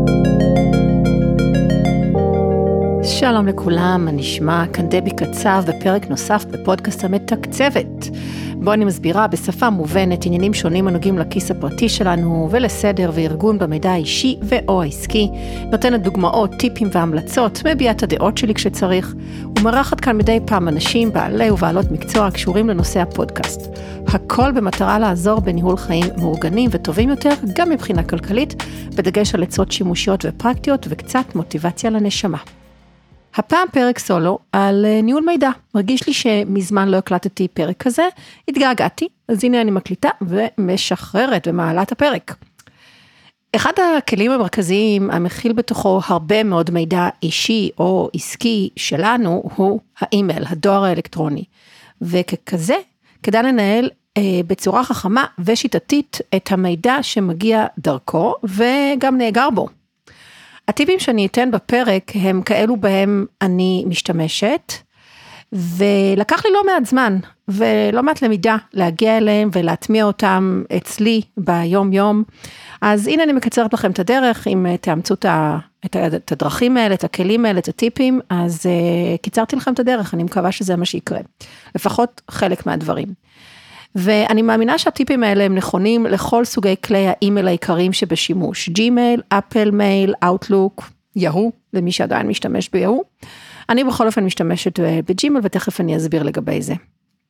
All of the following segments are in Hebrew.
שלום לכולם, מה נשמע? כאן דבי קצב בפרק נוסף בפודקאסט המתקצבת, בו אני מסבירה בשפה מובנת עניינים שונים הנוגעים לכיס הפרטי שלנו ולסדר וארגון במידע האישי ואו העסקי, נותנת דוגמאות, טיפים והמלצות, מביעה את הדעות שלי כשצריך, ומארחת כאן מדי פעם אנשים, בעלי ובעלות מקצוע הקשורים לנושא הפודקאסט. הכל במטרה לעזור בניהול חיים מאורגנים וטובים יותר, גם מבחינה כלכלית, בדגש על עצות שימושיות ופרקטיות וקצת מוטיבציה לנשמה. הפעם פרק סולו על ניהול מידע. מרגיש לי שמזמן לא הקלטתי פרק כזה, התגעגעתי, אז הנה אני מקליטה ומשחררת ומעלה את הפרק. אחד הכלים המרכזיים המכיל בתוכו הרבה מאוד מידע אישי או עסקי שלנו הוא האימייל, הדואר האלקטרוני. וככזה, כדאי לנהל בצורה חכמה ושיטתית את המידע שמגיע דרכו וגם נאגר בו. הטיפים שאני אתן בפרק הם כאלו בהם אני משתמשת, ולקח לי לא מעט זמן ולא מעט למידה להגיע אליהם ולהטמיע אותם אצלי ביום יום. אז הנה אני מקצרת לכם את הדרך, אם תאמצו את הדרכים האלה, את הכלים האלה, את הטיפים, אז קיצרתי לכם את הדרך, אני מקווה שזה מה שיקרה. לפחות חלק מהדברים. ואני מאמינה שהטיפים האלה הם נכונים לכל סוגי כלי האימייל העיקריים שבשימוש. ג'ימייל, אפל מייל, אאוטלוק, יהו, למי שעדיין משתמש ביהו. אני בכל אופן משתמשת בג'ימייל ותכף אני אסביר לגבי זה.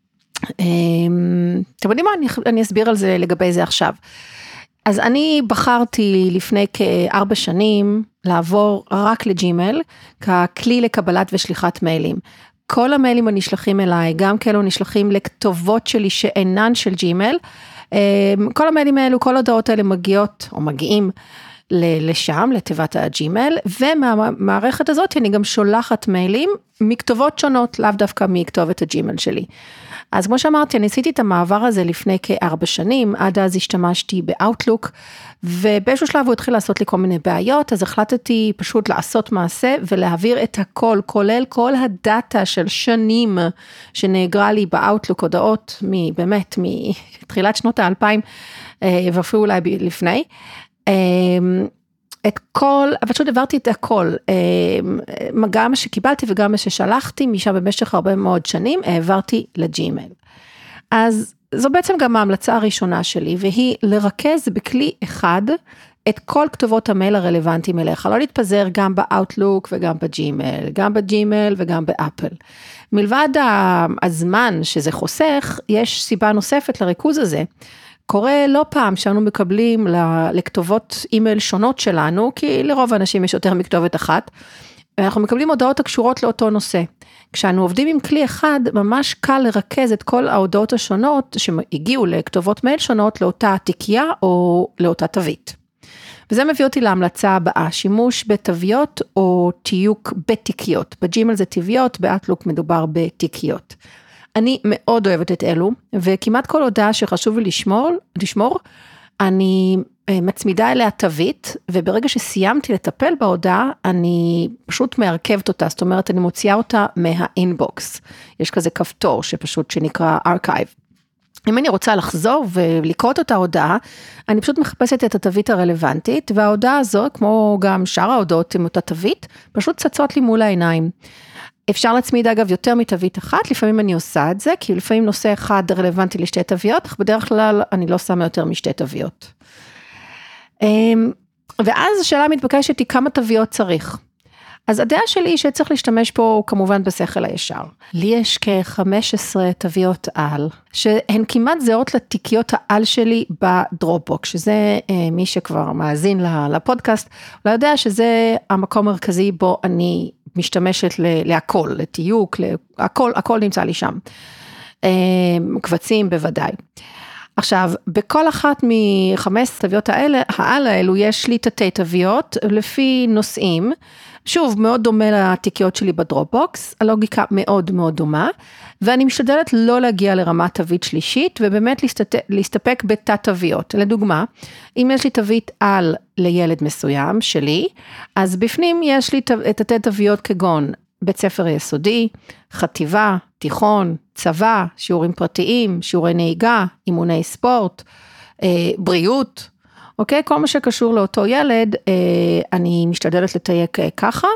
אתם יודעים מה? אני אסביר על זה לגבי זה עכשיו. אז אני בחרתי לפני כ4 שנים לעבור רק לג'ימייל, ככלי לקבלת ושליחת מיילים. כל המיילים הנשלחים אליי, גם כאלו נשלחים לכתובות שלי שאינן של ג'ימייל, כל המיילים האלו, כל ההודעות האלה מגיעות או מגיעים לשם, לתיבת הג'ימייל, ומהמערכת הזאת אני גם שולחת מיילים מכתובות שונות, לאו דווקא מכתובת הג'ימייל שלי. אז כמו שאמרתי, אני עשיתי את המעבר הזה לפני כ4 שנים, עד אז השתמשתי באוטלוק, ובאיזשהו שלב הוא התחיל לעשות לי כל מיני בעיות, אז החלטתי פשוט לעשות מעשה, ולהעביר את הכל, כולל כל הדאטה של שנים, שנאגרה לי באוטלוק, הודעות באמת מתחילת שנות ה-2000, ואפילו אולי לפני, את כל, אבל פשוט עברתי את הכל, גם מה שקיבלתי וגם מה ששלחתי, משם במשך הרבה מאוד שנים, העברתי לג'ימייל. אז זו בעצם גם ההמלצה הראשונה שלי, והיא לרכז בכלי אחד, את כל כתובות המייל הרלוונטיים אליך, לא להתפזר גם באוטלוק וגם בג'ימייל, גם בג'ימייל וגם באפל. מלבד הזמן שזה חוסך, יש סיבה נוספת לריכוז הזה, קורה לא פעם שאנו מקבלים לכתובות אימייל שונות שלנו, כי לרוב האנשים יש יותר מכתובת אחת, ואנחנו מקבלים הודעות הקשורות לאותו נושא. כשאנו עובדים עם כלי אחד, ממש קל לרכז את כל ההודעות השונות, שהגיעו לכתובות מייל שונות, לאותה תיקייה או לאותה תווית. וזה מביא אותי להמלצה הבאה, שימוש בתוויות או תיוק בתיקיות. בג'ימייל זה תוויות, באוטלוק מדובר בתיקיות. אני מאוד אוהבת את אלו, וכמעט כל הודעה שחשוב לי לשמור, אני מצמידה אליה תווית, וברגע שסיימתי לטפל בהודעה, אני פשוט מארכבת אותה, זאת אומרת, אני מוציאה אותה מהאינבוקס. יש כזה כפתור שנקרא ארכייב. אם אני רוצה לחזור ולקרוא את אותה הודעה, אני פשוט מחפשת את התווית הרלוונטית, וההודעה הזו, כמו גם שאר ההודעות עם אותה תווית, פשוט צצות לי מול העיניים. אפשר להצמיד אגב יותר מתווית אחת, לפעמים אני עושה את זה, כי לפעמים נושא אחד רלוונטי לשתי תוויות, אך בדרך כלל אני לא שמה יותר משתי תוויות. ואז השאלה מתבקשת היא כמה תוויות צריך. אז הדעה שלי היא שצריך להשתמש פה כמובן בשכל הישר. לי יש כ-15 תוויות על, שהן כמעט זהות לתיקיות העל שלי בדרופבוקס, שזה מי שכבר מאזין לפודקאסט, לא יודע שזה המקום המרכזי בו אני משתמשת להכל, לתיוק, הכל נמצא לי שם. קבצים בוודאי. עכשיו, בכל אחת מ5 תוויות האלו יש לי תתי תוויות לפי נושאים, שוב, מאוד דומה לתיקיות שלי בדרופבוקס, הלוגיקה מאוד מאוד דומה, ואני משתדלת לא להגיע לרמת תווית שלישית, ובאמת להסתפק בתת תוויות. לדוגמה, אם יש לי תווית על לילד מסוים שלי, אז בפנים יש לי את התת תוויות כגון בית ספר יסודי, חטיבה, תיכון, צבא, שיעורים פרטיים, שיעורי נהיגה, אימוני ספורט, בריאות, אוקיי? כל מה שקשור לאותו ילד, אני משתדלת לתייק ככה.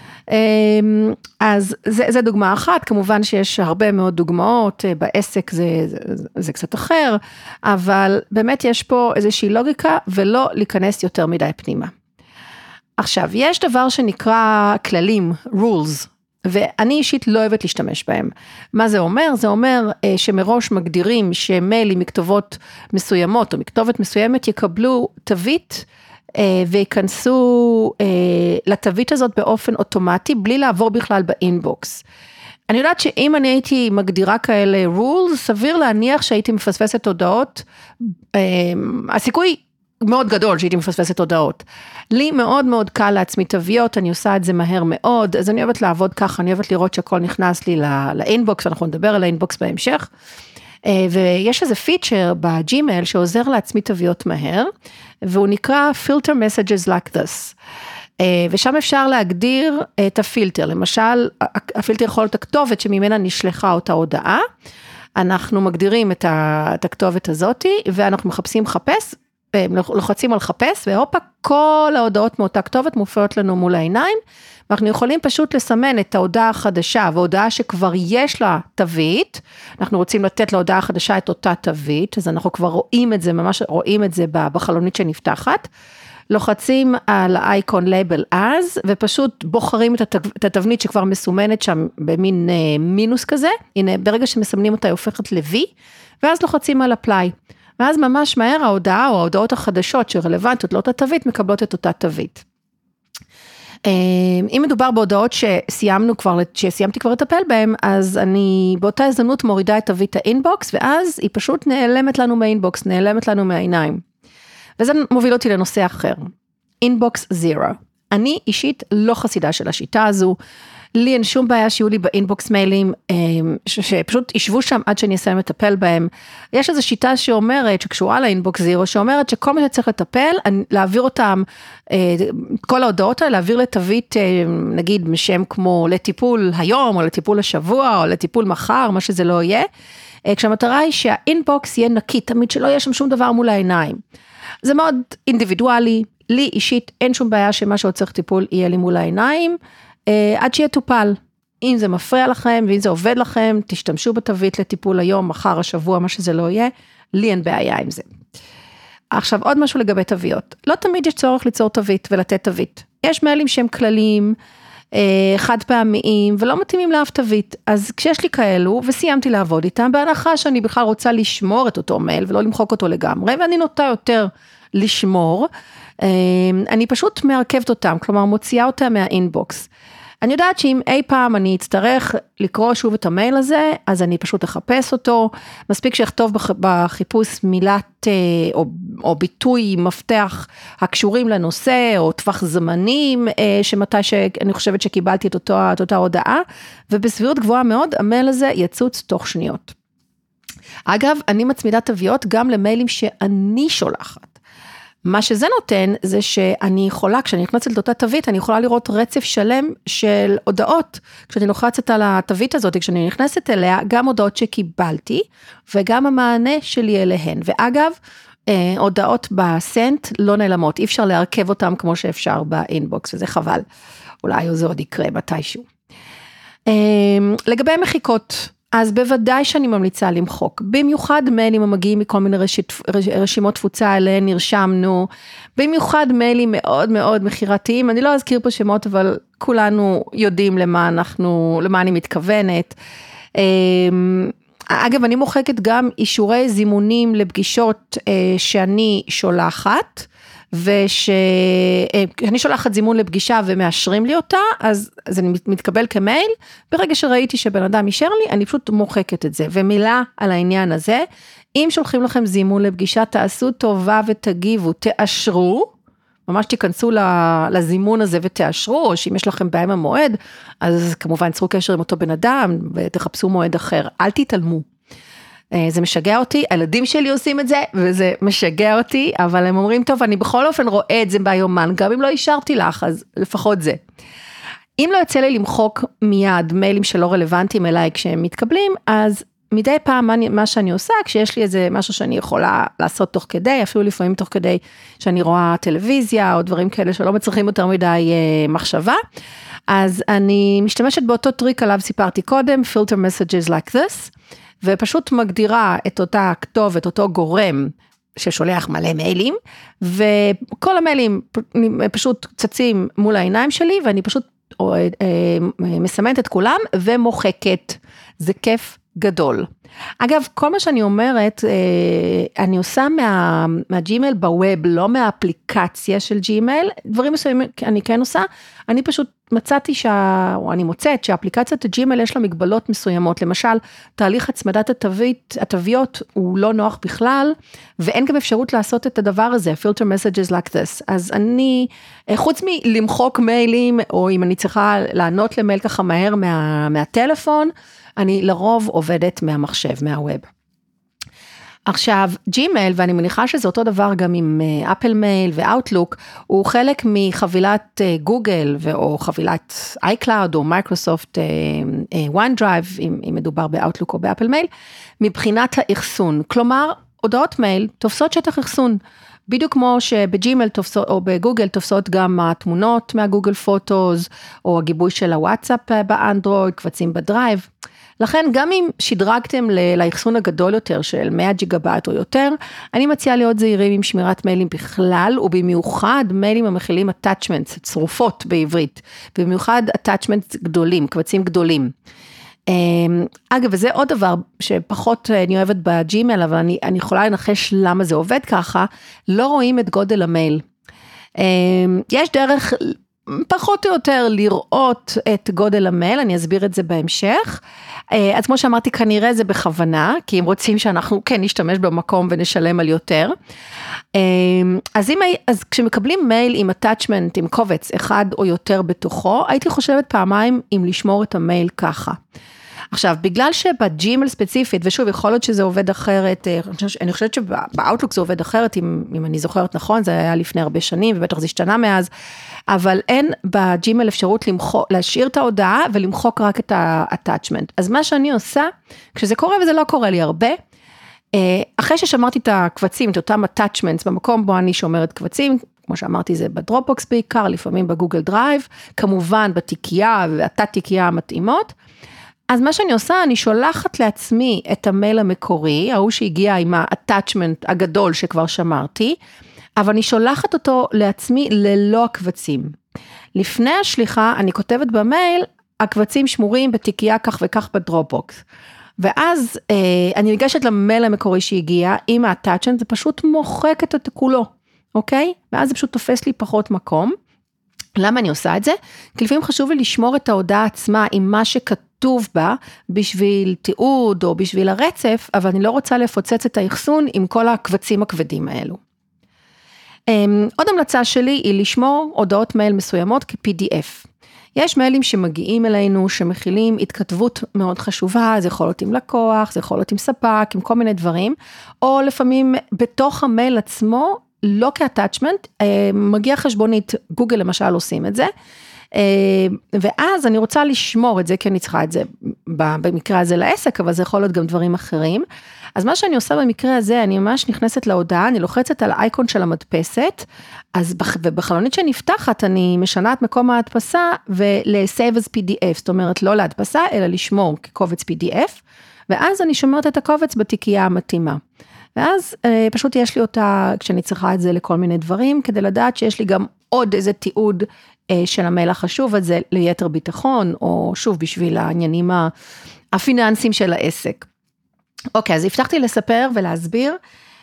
אז זה דוגמה אחת, כמובן שיש הרבה מאוד דוגמאות, בעסק זה קצת אחר, אבל באמת יש פה איזושהי לוגיקה, ולא להיכנס יותר מדי פנימה. עכשיו, יש דבר שנקרא כללים, rules, ואני אישית לא אוהבת להשתמש בהם. מה זה אומר? זה אומר שמראש מגדירים שמיילים מכתובות מסוימות, או מכתובת מסוימת יקבלו תווית, ויכנסו לתווית הזאת באופן אוטומטי, בלי לעבור בכלל באינבוקס. אני יודעת שאם אני הייתי מגדירה כאלה rules, סביר להניח שהייתי מפספסת הודעות, הסיכוי מאוד גדול שהייתי מפספסת הודעות. לי מאוד מאוד קל לעצמי תוויות, אני עושה את זה מהר מאוד, אז אני אוהבת לעבוד ככה, אני אוהבת לראות שהכל נכנס לי לאינבוקס, ואנחנו נדבר על האינבוקס בהמשך, ויש איזה פיצ'ר בג'ימייל שעוזר לעצמי תוויות מהר, והוא נקרא filter messages like this, ושם אפשר להגדיר את הפילטר, למשל, הפילטר יכול להיות הכתובת שממנה נשלחה אותה הודעה, אנחנו מגדירים את הכתובת הזאת, ואנחנו מחפשים חפש, לוחצים על חפש, והופה, כל ההודעות מאותה כתובת מופיעות לנו מול העיניים, ואנחנו יכולים פשוט לסמן את ההודעה החדשה, וההודעה שכבר יש לה תווית, אנחנו רוצים לתת להודעה החדשה את אותה תווית, אז אנחנו כבר רואים את זה, ממש רואים את זה בחלונית שנפתחת, לוחצים על האייקון לייבל אז, ופשוט בוחרים את התבנית שכבר מסומנת שם, במין מינוס כזה, הנה ברגע שמסמנים אותה היא הופכת ל-V, ואז לוחצים על apply, ואז ממש מהר ההודעה או ההודעות החדשות שרלוונטיות לאותה תווית, מקבלות את אותה תווית. אם מדובר בהודעות שסיימתי כבר לטפל בהן, אז אני באותה הזדמנות מורידה את תווית האינבוקס, ואז היא פשוט נעלמת לנו מהאינבוקס, נעלמת לנו מהעיניים. וזה מוביל אותי לנושא אחר, אינבוקס זירו. אני אישית לא חסידה של השיטה הזו, לי אין שום בעיה שיהיו לי באינבוקס מיילים, שפשוט ישבו שם עד שאני אסיים לטפל בהם. יש איזו שיטה שאומרת, שקשורה לאינבוקס זירו, שאומרת שכל מה שצריך לטפל, להעביר אותם, כל ההודעות האלה, להעביר לתווית, נגיד, משם כמו לטיפול היום, או לטיפול השבוע, או לטיפול מחר, מה שזה לא יהיה, כשהמטרה היא שהאינבוקס יהיה נקי, תמיד שלא יהיה שם שום דבר מול העיניים. זה מאוד אינדיבידואלי, לי אישית אין שום בעיה שמה שעוד צריך טיפול יהיה לי מול העיניים, עד שיהיה טופל, אם זה מפריע לכם, ואם זה עובד לכם, תשתמשו בתווית לטיפול היום, מחר, השבוע, מה שזה לא יהיה, לי אין בעיה עם זה. עכשיו, עוד משהו לגבי תוויות, לא תמיד יש צורך ליצור תווית ולתת תווית, יש מיילים שהם כלליים, חד פעמיים, ולא מתאימים לאף תווית, אז כשיש לי כאלו, וסיימתי לעבוד איתם, בהנחה שאני בכלל רוצה לשמור את אותו מייל, ולא למחוק אותו לגמרי, ואני נוטה יותר לשמור, אני פשוט מרכבת אותם, כלומר מוציאה אותם מהאינבוקס. אני יודעת שאם אי פעם אני אצטרך לקרוא שוב את המייל הזה, אז אני פשוט אחפש אותו, מספיק שאכתוב בחיפוש מילת או ביטוי מפתח הקשורים לנושא, או טווח זמנים, שמתי שאני חושבת שקיבלתי את אותה הודעה, ובסבירות גבוהה מאוד, המייל הזה יצוץ תוך שניות. אגב, אני מצמידה תוויות גם למיילים שאני שולחת. מה שזה נותן, זה שאני יכולה, כשאני נכנסת לאותה תווית, אני יכולה לראות רצף שלם של הודעות, כשאני לוחצת על התווית הזאת, כשאני נכנסת אליה, גם הודעות שקיבלתי, וגם המענה שלי אליהן, ואגב, הודעות בסנט לא נעלמות, אי אפשר להרכב אותם כמו שאפשר באינבוקס, וזה חבל, אולי זה עוד יקרה מתישהו. לגבי מחיקות, אז בוודאי שאני ממליצה למחוק, במיוחד מיילים המגיעים מכל מיני רשימות תפוצה אליהן נרשמנו, במיוחד מיילים מאוד מאוד מחירתיים, אני לא אזכיר פה שמות, אבל כולנו יודעים למה אני מתכוונת. אגב, אני מוחקת גם אישורי זימונים לפגישות שאני שולחת, ושאני שולחת זימון לפגישה ומאשרים לי אותה, אז זה מתקבל כמייל, ברגע שראיתי שבן אדם אישר לי, אני פשוט מוחקת את זה, ומילה על העניין הזה, אם שולחים לכם זימון לפגישה, תעשו טובה ותגיבו, תאשרו, ממש תיכנסו לזימון הזה ותאשרו, או שאם יש לכם בעיה עם המועד, אז כמובן צרו קשר עם אותו בן אדם, ותחפשו מועד אחר, אל תתעלמו. זה משגע אותי, הילדים שלי עושים את זה, וזה משגע אותי, אבל הם אומרים, טוב, אני בכל אופן רואה את זה ביומן, גם אם לא אישרתי לך, אז לפחות זה. אם לא יצא לי למחוק מיד מיילים שלא רלוונטיים אליי כשהם מתקבלים, אז מדי פעם מה שאני עושה, כשיש לי איזה משהו שאני יכולה לעשות תוך כדי, אפילו לפעמים תוך כדי שאני רואה טלוויזיה, או דברים כאלה שלא מצריכים יותר מדי מחשבה, אז אני משתמשת באותו טריק עליו סיפרתי קודם, filter messages like this, ופשוט מגדירה את אותה כתובת, אותו גורם, ששולח מלא מיילים, וכל המיילים פשוט צצים מול העיניים שלי, ואני פשוט מסמנת את כולם, ומוחקת. זה כיף גדול. אגב, כל מה שאני אומרת, אני עושה מהג'ימייל בווב, לא מהאפליקציה של ג'ימייל, דברים מסוימים אני כן עושה, אני פשוט מצאתי או אני מוצאת שהאפליקציית הג'ימייל יש לה מגבלות מסוימות, למשל, תהליך הצמדת התוויות הוא לא נוח בכלל, ואין גם אפשרות לעשות את הדבר הזה, filter messages like this, אז אני, חוץ מלמחוק מיילים, או אם אני צריכה לענות למייל ככה מהר מהטלפון, אני לרוב עובדת מהמחשב, מהווב. עכשיו, ג'ימייל, ואני מניחה שזה אותו דבר גם עם אפל מייל ואוטלוק, הוא חלק מחבילת גוגל, או חבילת iCloud, או מייקרוסופט OneDrive, אם מדובר באוטלוק או באפל מייל, מבחינת האחסון. כלומר, הודעות מייל תופסות שטח אחסון, בדיוק כמו שבג'ימייל תופסות, או בגוגל תופסות גם התמונות מהגוגל פוטוס, או הגיבוי של הוואטסאפ באנדרואיד, קבצים בדרייב. לכן גם אם שדרגתם לאחסון הגדול יותר של 100 ג'יגאבייט או יותר, אני מציעה להיות זהירים עם שמירת מיילים בכלל, ובמיוחד מיילים המכילים attachments, צרופות בעברית, במיוחד attachments גדולים, קבצים גדולים. אגב, וזה עוד דבר שפחות אני אוהבת בג'ימייל, אבל אני יכולה לנחש למה זה עובד ככה, לא רואים את גודל המייל. יש דרך פחות או יותר לראות את גודל המייל, אני אסביר את זה בהמשך, אז כמו שאמרתי, כנראה זה בכוונה, כי אם רוצים שאנחנו כן נשתמש במקום ונשלם על יותר, אז כשמקבלים מייל עם attachment, עם קובץ אחד או יותר בתוכו, הייתי חושבת פעמיים אם לשמור את המייל ככה. עכשיו, בגלל שבג'ימייל ספציפית, ושוב, יכול להיות שזה עובד אחרת, אני חושבת שבאוטלוק זה עובד אחרת, אם אני זוכרת נכון, זה היה לפני הרבה שנים, ובטח זה השתנה מאז, אבל אין בג'ימייל אפשרות להשאיר את ההודעה, ולמחוק רק את ה-attachment. אז מה שאני עושה, כשזה קורה, וזה לא קורה לי הרבה, אחרי ששמרתי את הקבצים, את אותם attachments, במקום בו אני שומרת קבצים, כמו שאמרתי, זה בדרופבוקס בעיקר, לפעמים בגוגל דרייב, כמובן בתיקייה והתת תיקייה המתאימות, אז מה שאני עושה, אני שולחת לעצמי את המייל המקורי, ההוא שהגיע עם ה-attachment הגדול שכבר שמרתי, אבל אני שולחת אותו לעצמי ללא הקבצים. לפני השליחה, אני כותבת במייל, הקבצים שמורים בתיקייה כך וכך בדרופבוקס. ואז אני ניגשת למייל המקורי שהגיע, עם ה-attachment, זה פשוט מוחק את כולו, אוקיי? ואז זה פשוט תופס לי פחות מקום. למה אני עושה את זה? כי לפעמים חשוב לי לשמור את ההודעה עצמה עם מה שכתוב בה, בשביל תיעוד או בשביל הרצף, אבל אני לא רוצה לפוצץ את האחסון עם כל הקבצים הכבדים האלו. עוד המלצה שלי היא לשמור הודעות מייל מסוימות כ-PDF. יש מיילים שמגיעים אלינו, שמכילים התכתבות מאוד חשובה, זה יכול להיות עם לקוח, זה יכול להיות עם ספק, עם כל מיני דברים, או לפעמים בתוך המייל עצמו, לא כ-attachment, מגיע חשבונית, גוגל למשל עושים את זה, ואז אני רוצה לשמור את זה, כי אני צריכה את זה במקרה הזה לעסק, אבל זה יכול להיות גם דברים אחרים, אז מה שאני עושה במקרה הזה, אני ממש נכנסת להודעה, אני לוחצת על האייקון של המדפסת, ובחלונית שנפתחת, אני משנה את מקום ההדפסה, ול-save as PDF, זאת אומרת, לא להדפסה, אלא לשמור כקובץ PDF, ואז אני שומרת את הקובץ בתיקייה המתאימה. ואז פשוט יש לי אותה, כשאני צריכה את זה לכל מיני דברים, כדי לדעת שיש לי גם עוד איזה תיעוד של המייל החשוב הזה, ליתר ביטחון, או שוב בשביל העניינים הפיננסיים של העסק. אוקיי, אז הבטחתי לספר ולהסביר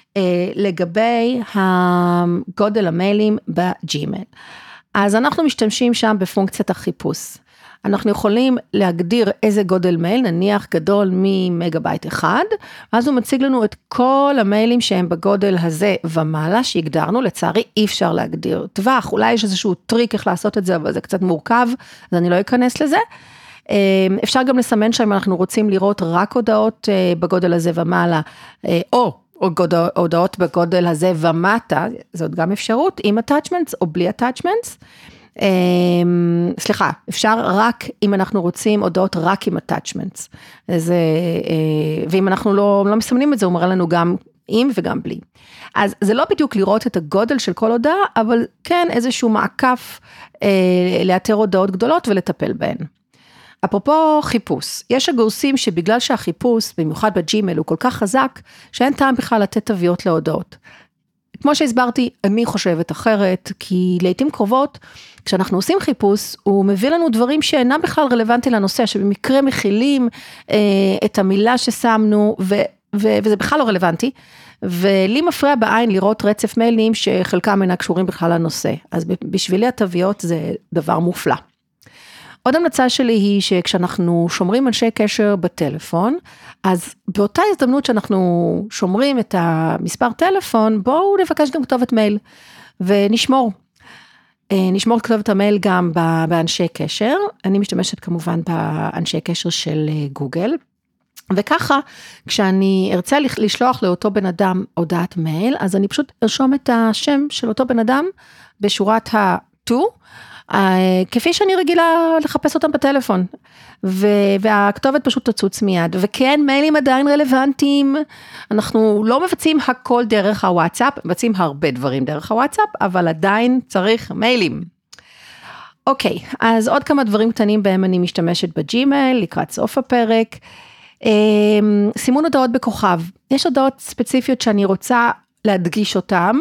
לגבי הגודל המיילים בג'ימייל. אז אנחנו משתמשים שם בפונקציית החיפוש. אנחנו יכולים להגדיר איזה גודל מייל, נניח גדול ממגבייט אחד, אז הוא מציג לנו את כל המיילים שהם בגודל הזה ומעלה, שהגדרנו, לצערי אי אפשר להגדיר טווח, אולי יש איזשהו טריק איך לעשות את זה, אבל זה קצת מורכב, אז אני לא אכנס לזה. אפשר גם לסמן שאם אנחנו רוצים לראות רק הודעות בגודל הזה ומעלה, או הודעות בגודל הזה ומטה, זאת גם אפשרות, עם attachments או בלי attachments, סליחה, אפשר רק אם אנחנו רוצים הודעות רק עם attachments, ואם אנחנו לא מסמנים את זה, הוא מראה לנו גם עם וגם בלי. אז זה לא בדיוק לראות את הגודל של כל הודעה, אבל כן איזשהו מעקף לאתר הודעות גדולות ולטפל בהן. אפרופו חיפוש, יש הגורסים שבגלל שהחיפוש, במיוחד בג'ימייל, הוא כל כך חזק, שאין טעם בכלל לתת תוויות להודעות. כמו שהסברתי, אני חושבת אחרת, כי לעתים קרובות, כשאנחנו עושים חיפוש, הוא מביא לנו דברים שאינם בכלל רלוונטיים לנושא, שבמקרה מכילים את המילה ששמנו, וזה בכלל לא רלוונטי, ולי מפריע בעין לראות רצף מיילים, שחלקם אינם קשורים בכלל לנושא, אז בשבילי התוויות זה דבר מופלא. עוד המלצה שלי היא שכשאנחנו שומרים אנשי קשר בטלפון, אז באותה הזדמנות שאנחנו שומרים את המספר טלפון, בואו נבקש גם כתובת מייל, ונשמור. נשמור את כתובת המייל גם באנשי קשר, אני משתמשת כמובן באנשי קשר של גוגל, וככה, כשאני ארצה לשלוח לאותו בן אדם הודעת מייל, אז אני פשוט ארשום את השם של אותו בן אדם, בשורת ה-to, כפי שאני רגילה לחפש אותם בטלפון, והכתובת פשוט תצוץ מיד, וכן, מיילים עדיין רלוונטיים, אנחנו לא מבצעים הכל דרך הוואטסאפ, מבצעים הרבה דברים דרך הוואטסאפ, אבל עדיין צריך מיילים. אוקיי, אז עוד כמה דברים קטנים בהם אני משתמשת בג'ימייל, לקראת סוף הפרק, סימון הודעות בכוכב, יש הודעות ספציפיות שאני רוצה להדגיש אותם,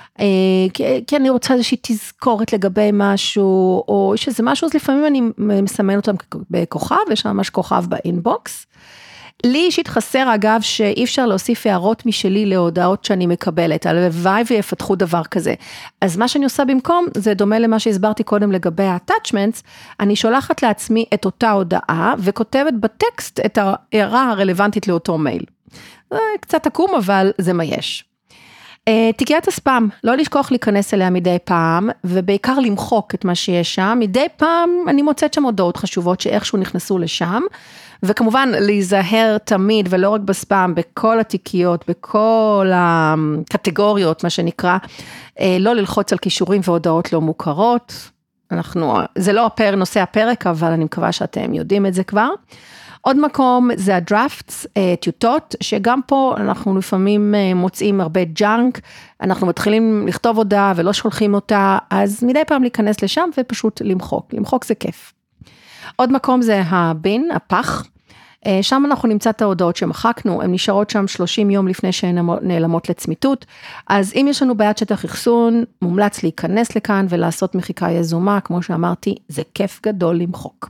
כי אני רוצה איזושהי תזכורת לגבי משהו, או יש איזה משהו, אז לפעמים אני מסמן אותם בכוכב, יש שם ממש כוכב באינבוקס. לי אישית חסר אגב, שאי אפשר להוסיף הערות משלי להודעות שאני מקבלת, הלוואי ויפתחו דבר כזה. אז מה שאני עושה במקום, זה דומה למה שהסברתי קודם לגבי ה-attachments, אני שולחת לעצמי את אותה הודעה, וכותבת בטקסט את הערה הרלוונטית לאותו מייל. זה קצת עקום, אבל זה מה יש. תיקיית הספאם, לא לשכוח להיכנס אליה מדי פעם, ובעיקר למחוק את מה שיש שם, מדי פעם אני מוצאת שם הודעות חשובות שאיכשהו נכנסו לשם, וכמובן להיזהר תמיד, ולא רק בספאם, בכל התיקיות, בכל הקטגוריות, מה שנקרא, לא ללחוץ על קישורים והודעות לא מוכרות, זה לא נושא הפרק, אבל אני מקווה שאתם יודעים את זה כבר. עוד מקום זה הדראפטס, טיוטות, שגם פה אנחנו לפעמים מוצאים הרבה ג'אנק, אנחנו מתחילים לכתוב הודעה ולא שולחים אותה, אז מדי פעם להיכנס לשם ופשוט למחוק, למחוק זה כיף. עוד מקום זה הבין, הפח, שם אנחנו נמצא את ההודעות שמחקנו, הן נשארות שם 30 יום לפני שהן נעלמות לצמיתות, אז אם יש לנו בעיית שטח אחסון, מומלץ להיכנס לכאן ולעשות מחיקה יזומה, כמו שאמרתי, זה כיף גדול למחוק.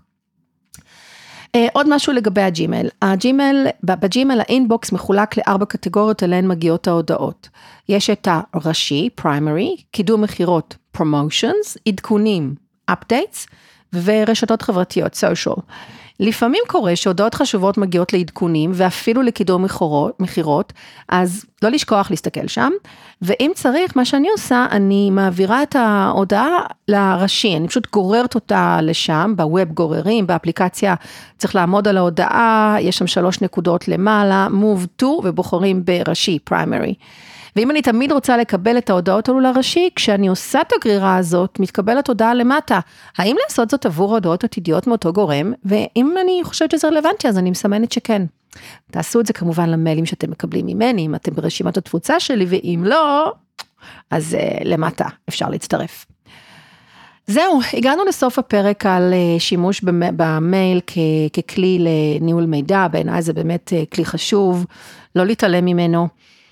עוד משהו לגבי הג'ימייל, בג'ימייל האינבוקס מחולק ל4 קטגוריות אליהן מגיעות ההודעות. יש את הראשי, primary, קידום מחירות, promotions, עדכונים, updates, ורשתות חברתיות, social. לפעמים קורה שהודעות חשובות מגיעות לעדכונים, ואפילו לקידום מחירות, אז לא לשכוח להסתכל שם, ואם צריך, מה שאני עושה, אני מעבירה את ההודעה לראשי, אני פשוט גוררת אותה לשם, בווב גוררים, באפליקציה צריך לעמוד על ההודעה, יש שם 3 נקודות למעלה, move to, ובוחרים בראשי, primary. ואם אני תמיד רוצה לקבל את ההודעות האלו לראשי, כשאני עושה את הגרירה הזאת, מתקבלת הודעה למטה. האם לעשות זאת עבור הודעות עתידיות מאותו גורם? ואם אני חושבת שזה רלוונטי, אז אני מסמנת שכן. תעשו את זה כמובן למיילים שאתם מקבלים ממני, אם אתם ברשימת התפוצה שלי, ואם לא, אז למטה אפשר להצטרף. זהו, הגענו לסוף הפרק על שימוש במייל ככלי לניהול מידע, בעיניי זה באמת כלי חשוב, לא להתעלם ממנו.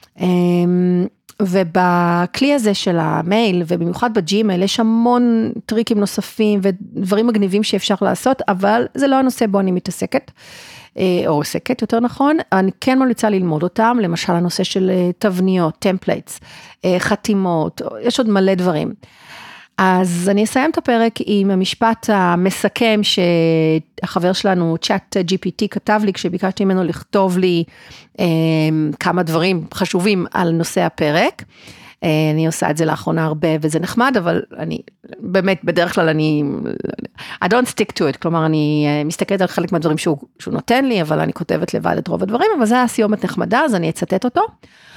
ובכלי הזה של המייל, ובמיוחד בג'ימייל, יש המון טריקים נוספים ודברים מגניבים שאפשר לעשות, אבל זה לא הנושא בו אני מתעסקת, או עוסקת יותר נכון, אני כן ממליצה ללמוד אותם, למשל הנושא של תבניות, טמפלייטס, חתימות, יש עוד מלא דברים. אז אני אסיים את הפרק עם המשפט המסכם שהחבר שלנו, צ'אט GPT, כתב לי כשביקשתי ממנו לכתוב לי כמה דברים חשובים על נושא הפרק. אני עושה את זה לאחרונה הרבה וזה נחמד, אבל אני באמת בדרך כלל I don't stick to it, כלומר אני מסתכלת על חלק מהדברים שהוא נותן לי, אבל אני כותבת לבד את רוב הדברים, אבל זה היה סיומת נחמדה, אז אני אצטט אותו.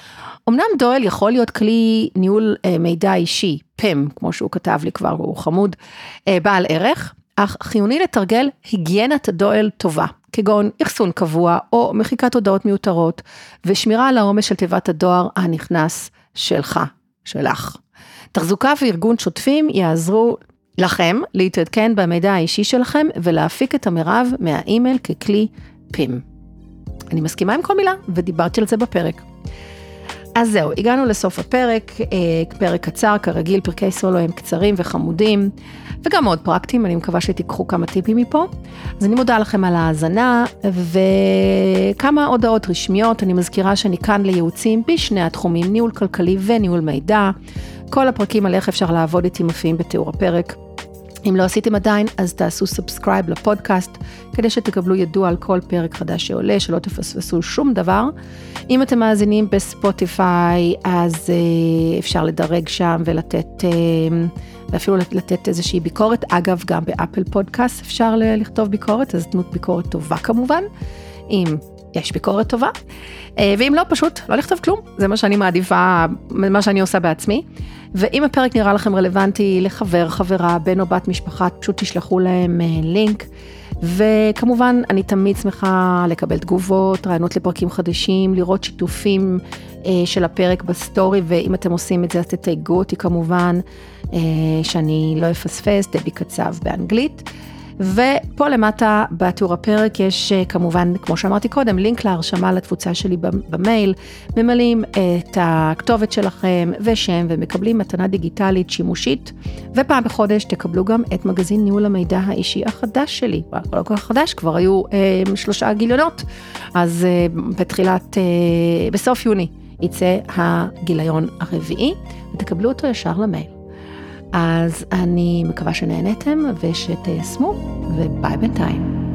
אמנם דואל יכול להיות כלי ניהול מידע אישי, פם, כמו שהוא כתב לי כבר, הוא חמוד, בעל ערך, אך חיוני לתרגל היגיינת דואל טובה, כגון אחסון קבוע או מחיקת הודעות מיותרות, ושמירה על העומס של תיבת הדואר הנכנס שלך. תחזוקה וארגון שוטפים יעזרו לכם להתעדכן במידע האישי שלכם, ולהפיק את המרב מהאימייל ככלי פים. אני מסכימה עם כל מילה, ודיברתי על זה בפרק. אז זהו, הגענו לסוף הפרק, פרק קצר, כרגיל, פרקי סולו הם קצרים וחמודים, וגם מאוד פרקטיים, אני מקווה שתיקחו כמה טיפים מפה. אז אני מודה לכם על ההאזנה, וכמה הודעות רשמיות, אני מזכירה שאני כאן לייעוצים בשני התחומים, ניהול כלכלי וניהול מידע. כל הפרקים על איך אפשר לעבוד איתי מופיעים בתיאור הפרק. אם לא עשיתם עדיין, אז תעשו סאבסקרייב לפודקאסט, כדי שתקבלו ידוע על כל פרק חדש שעולה, שלא תפספסו שום דבר. אם אתם מאזינים בספוטיפיי, אז אפשר לדרג שם ולתת, ואפילו לתת איזושהי ביקורת. אגב, גם באפל פודקאסט אפשר לכתוב ביקורת, אז תנו ביקורת טובה כמובן, אם יש ביקורת טובה. ואם לא, פשוט לא לכתוב כלום. זה מה שאני מעדיפה, מה שאני עושה בעצמי. ואם הפרק נראה לכם רלוונטי לחבר, חברה, בן או בת משפחה, פשוט תשלחו להם לינק. וכמובן, אני תמיד שמחה לקבל תגובות, רעיונות לפרקים חדשים, לראות שיתופים של הפרק בסטורי, ואם אתם עושים את זה, אז תתייגו אותי כמובן, שאני לא אפספס, דבי קצב באנגלית. ופה למטה בתיאור הפרק יש כמובן, כמו שאמרתי קודם, לינק להרשמה לתפוצה שלי במייל, ממלאים את הכתובת שלכם ושם, ומקבלים מתנה דיגיטלית שימושית, ופעם בחודש תקבלו גם את מגזין ניהול המידע האישי החדש שלי, לא כל כך חדש, כבר היו 3 גיליונות, אז בסוף יוני יצא הגיליון הרביעי, ותקבלו אותו ישר למייל. אז אני מקווה שנהנתם ושתיישמו, וביי בינתיים.